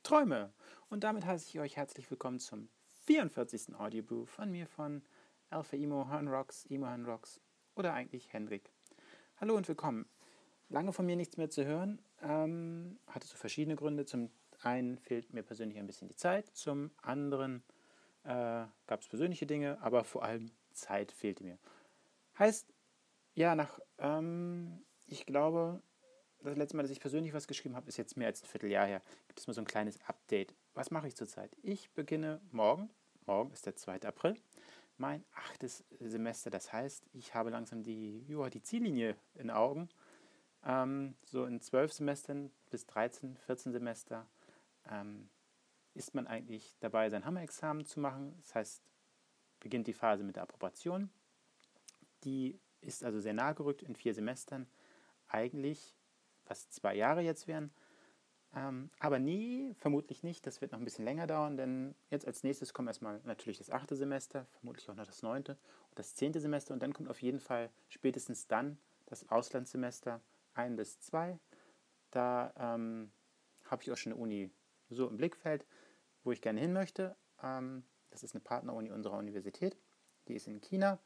Träume. Und damit heiße ich euch herzlich willkommen zum 44. Audioboo von mir von Alpha Emo Hanrocks, Emo Hanrocks oder eigentlich Hendrik. Hallo und willkommen. Lange von mir nichts mehr zu hören. Hatte so verschiedene Gründe. Zum einen fehlt mir persönlich ein bisschen die Zeit, zum anderen gab es persönliche Dinge, aber vor allem Zeit fehlte mir. Heißt, ja, ich glaube, das letzte Mal, dass ich persönlich was geschrieben habe, ist jetzt mehr als ein Vierteljahr her. Gibt es mal so ein kleines Update. Was mache ich zurzeit? Ich beginne morgen ist der 2. April, mein 8. Semester. Das heißt, ich habe langsam die Ziellinie in Augen. So in 12 Semestern bis 13, 14 Semester ist man eigentlich dabei, sein Hammer-Examen zu machen. Das heißt, beginnt die Phase mit der Approbation. Die ist also sehr nah gerückt in 4 Semestern. Eigentlich fast 2 Jahre jetzt wären. Aber nie, vermutlich nicht. Das wird noch ein bisschen länger dauern, denn jetzt als nächstes kommt erstmal natürlich das 8. Semester, vermutlich auch noch das 9. und das 10. Semester und dann kommt auf jeden Fall spätestens dann das Auslandssemester 1 bis 2. Da habe ich auch schon eine Uni so im Blickfeld, wo ich gerne hin möchte. Das ist eine Partneruni unserer Universität, die ist in China.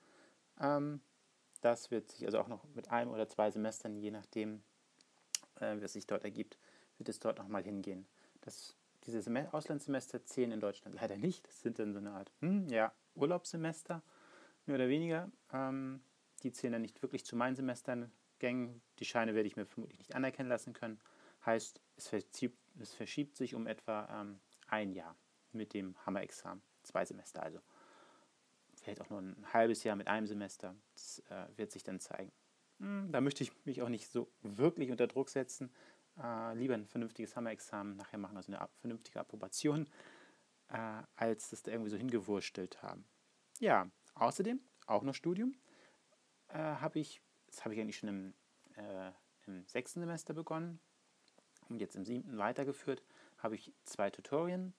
Das wird sich also auch noch mit 1 oder 2 Semestern, je nachdem, was sich dort ergibt, wird es dort nochmal hingehen. Diese Auslandssemester zählen in Deutschland leider nicht. Das sind dann so eine Art Urlaubssemester, mehr oder weniger. Die zählen dann nicht wirklich zu meinen Semestergängen. Die Scheine werde ich mir vermutlich nicht anerkennen lassen können. Heißt, es verschiebt sich um etwa ein Jahr mit dem Hammer-Examen. 2 Semester also. Vielleicht auch nur ein halbes Jahr mit einem Semester. Das wird sich dann zeigen. Da möchte ich mich auch nicht so wirklich unter Druck setzen. Lieber ein vernünftiges Hammer-Examen nachher machen, also eine vernünftige Approbation, als das da irgendwie so hingewurstelt haben. Ja, außerdem auch noch Studium. Das habe ich eigentlich schon im 6. Semester begonnen und jetzt im 7. weitergeführt. Habe ich 2 Tutorien.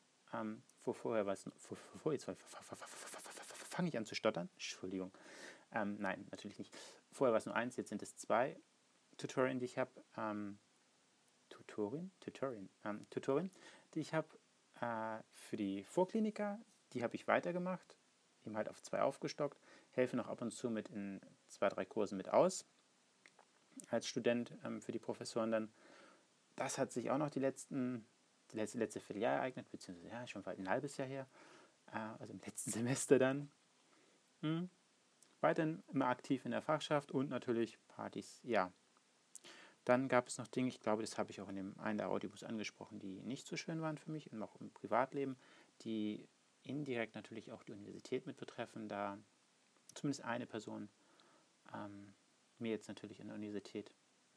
Fange ich an zu stottern? Entschuldigung. Nein, natürlich nicht. Vorher war es nur 1, jetzt sind es 2 Tutorien, die ich habe. Tutorin, die ich habe für die Vorkliniker, die habe ich weitergemacht, eben halt auf 2 aufgestockt, helfe noch ab und zu mit in 2, 3 Kursen mit aus, als Student für die Professoren dann. Das hat sich auch noch letzte Vierteljahr ereignet, beziehungsweise schon bald ein halbes Jahr her, also im letzten Semester dann. Weiterhin immer aktiv in der Fachschaft und natürlich Partys, ja. Dann gab es noch Dinge, ich glaube, das habe ich auch in dem einen der Audiobooks angesprochen, die nicht so schön waren für mich und auch im Privatleben, die indirekt natürlich auch die Universität mit betreffen, da zumindest eine Person mir jetzt natürlich an der Universität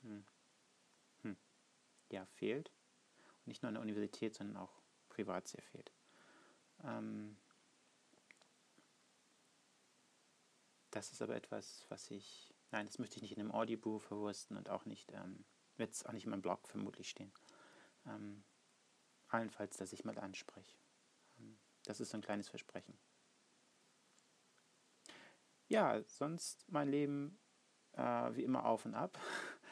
fehlt. Und nicht nur an der Universität, sondern auch privat sehr fehlt. Das ist aber etwas, das möchte ich nicht in einem Audioboo verwursten und auch nicht, wird es auch nicht in meinem Blog vermutlich stehen. Allenfalls, dass ich mal anspreche. Das ist so ein kleines Versprechen. Ja, sonst mein Leben wie immer auf und ab.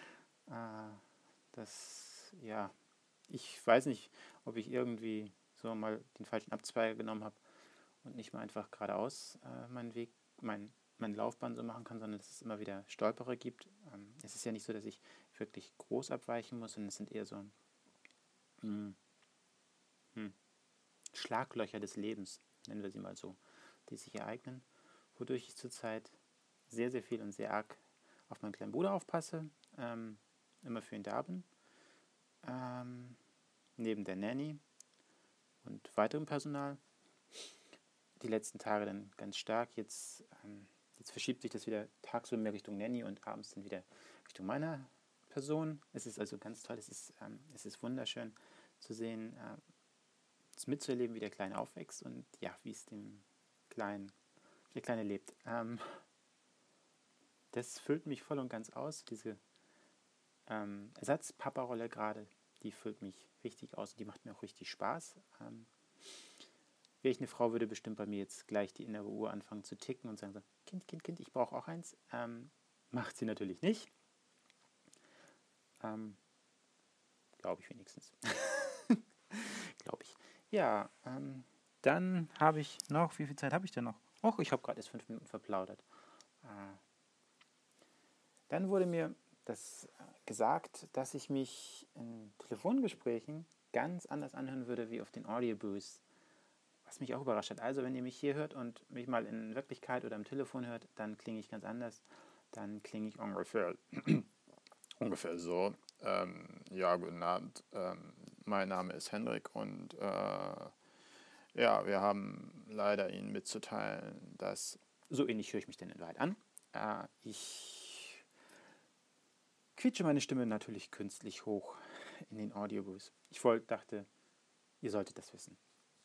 Ich weiß nicht, ob ich irgendwie so mal den falschen Abzweiger genommen habe und nicht mal einfach geradeaus meine Laufbahn so machen kann, sondern dass es immer wieder Stolperer gibt. Es ist ja nicht so, dass ich wirklich groß abweichen muss, sondern es sind eher so Schlaglöcher des Lebens, nennen wir sie mal so, die sich ereignen, wodurch ich zurzeit sehr, sehr viel und sehr arg auf meinen kleinen Bruder aufpasse, immer für ihn da bin, neben der Nanny und weiterem Personal. Die letzten Tage dann ganz stark, jetzt verschiebt sich das wieder tagsüber mehr Richtung Nanny und abends dann wieder Richtung meiner Person. Es ist also ganz toll, es ist wunderschön zu sehen, es mitzuerleben, wie der Kleine aufwächst und ja, wie es der Kleine lebt. Das füllt mich voll und ganz aus, diese Ersatz-Papa-Rolle gerade, die füllt mich richtig aus und die macht mir auch richtig Spaß. Wäre ich eine Frau, würde bestimmt bei mir jetzt gleich die innere Uhr anfangen zu ticken und sagen so, Kind, ich brauche auch eins. Macht sie natürlich nicht. Glaube ich wenigstens. Glaube ich. Ja, dann habe ich noch, wie viel Zeit habe ich denn noch? Och, ich habe gerade erst 5 Minuten verplaudert. Äh, Dann wurde mir das gesagt, dass ich mich in Telefongesprächen ganz anders anhören würde wie auf den Audiobooths, was mich auch überrascht hat. Also wenn ihr mich hier hört und mich mal in Wirklichkeit oder am Telefon hört, dann klinge ich ganz anders. Dann klinge ich ungefähr so. Ja, guten Abend. Mein Name ist Hendrik und ja, wir haben leider Ihnen mitzuteilen, dass... So ähnlich höre ich mich denn in Wahrheit an. Ich quietsche meine Stimme natürlich künstlich hoch in den Audiobooth. Dachte, ihr solltet das wissen.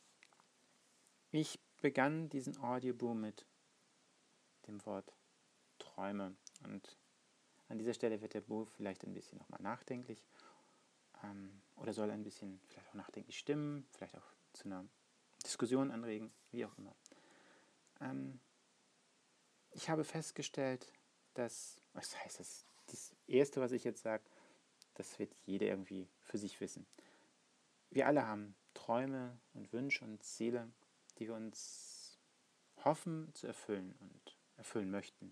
Ich begann diesen Audioboo mit dem Wort Träume. Und an dieser Stelle wird der Boo vielleicht ein bisschen nochmal nachdenklich oder soll ein bisschen vielleicht auch nachdenklich stimmen, vielleicht auch zu einer Diskussion anregen, wie auch immer. Ich habe festgestellt, was heißt das Erste, was ich jetzt sage, das wird jeder irgendwie für sich wissen. Wir alle haben Träume und Wünsche und Ziele, die wir uns hoffen zu erfüllen und erfüllen möchten.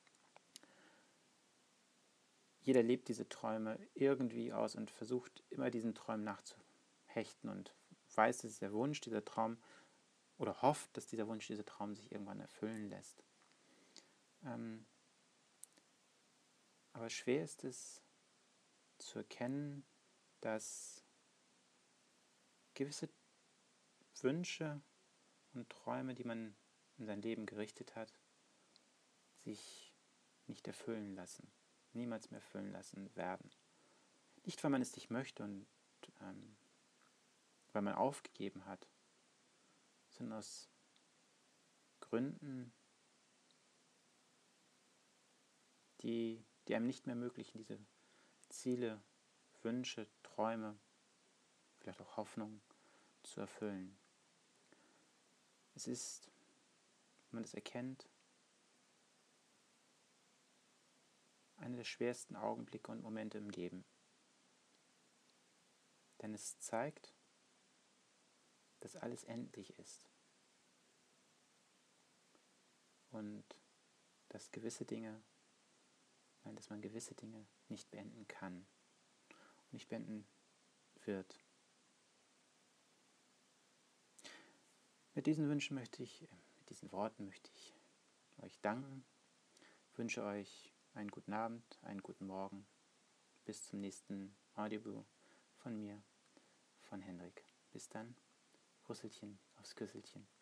Jeder lebt diese Träume irgendwie aus und versucht immer diesen Träumen nachzuhechten und weiß, dass dieser Wunsch, dieser Traum oder hofft, dass dieser Wunsch, dieser Traum sich irgendwann erfüllen lässt. Aber schwer ist es zu erkennen, dass gewisse Wünsche und Träume, die man in sein Leben gerichtet hat, sich nicht erfüllen lassen, niemals mehr erfüllen lassen werden. Nicht, weil man es nicht möchte und weil man aufgegeben hat, sondern aus Gründen, die einem nicht mehr ermöglichen, diese Ziele, Wünsche, Träume, vielleicht auch Hoffnungen zu erfüllen. Es ist, wenn man das erkennt, einer der schwersten Augenblicke und Momente im Leben. Denn es zeigt, dass alles endlich ist und dass man gewisse Dinge nicht beenden kann und nicht beenden wird. Mit diesen Worten möchte ich euch danken, wünsche euch einen guten Abend, einen guten Morgen. Bis zum nächsten Audioboo von mir, von Hendrik. Bis dann, Rüsselchen aufs Küsselchen.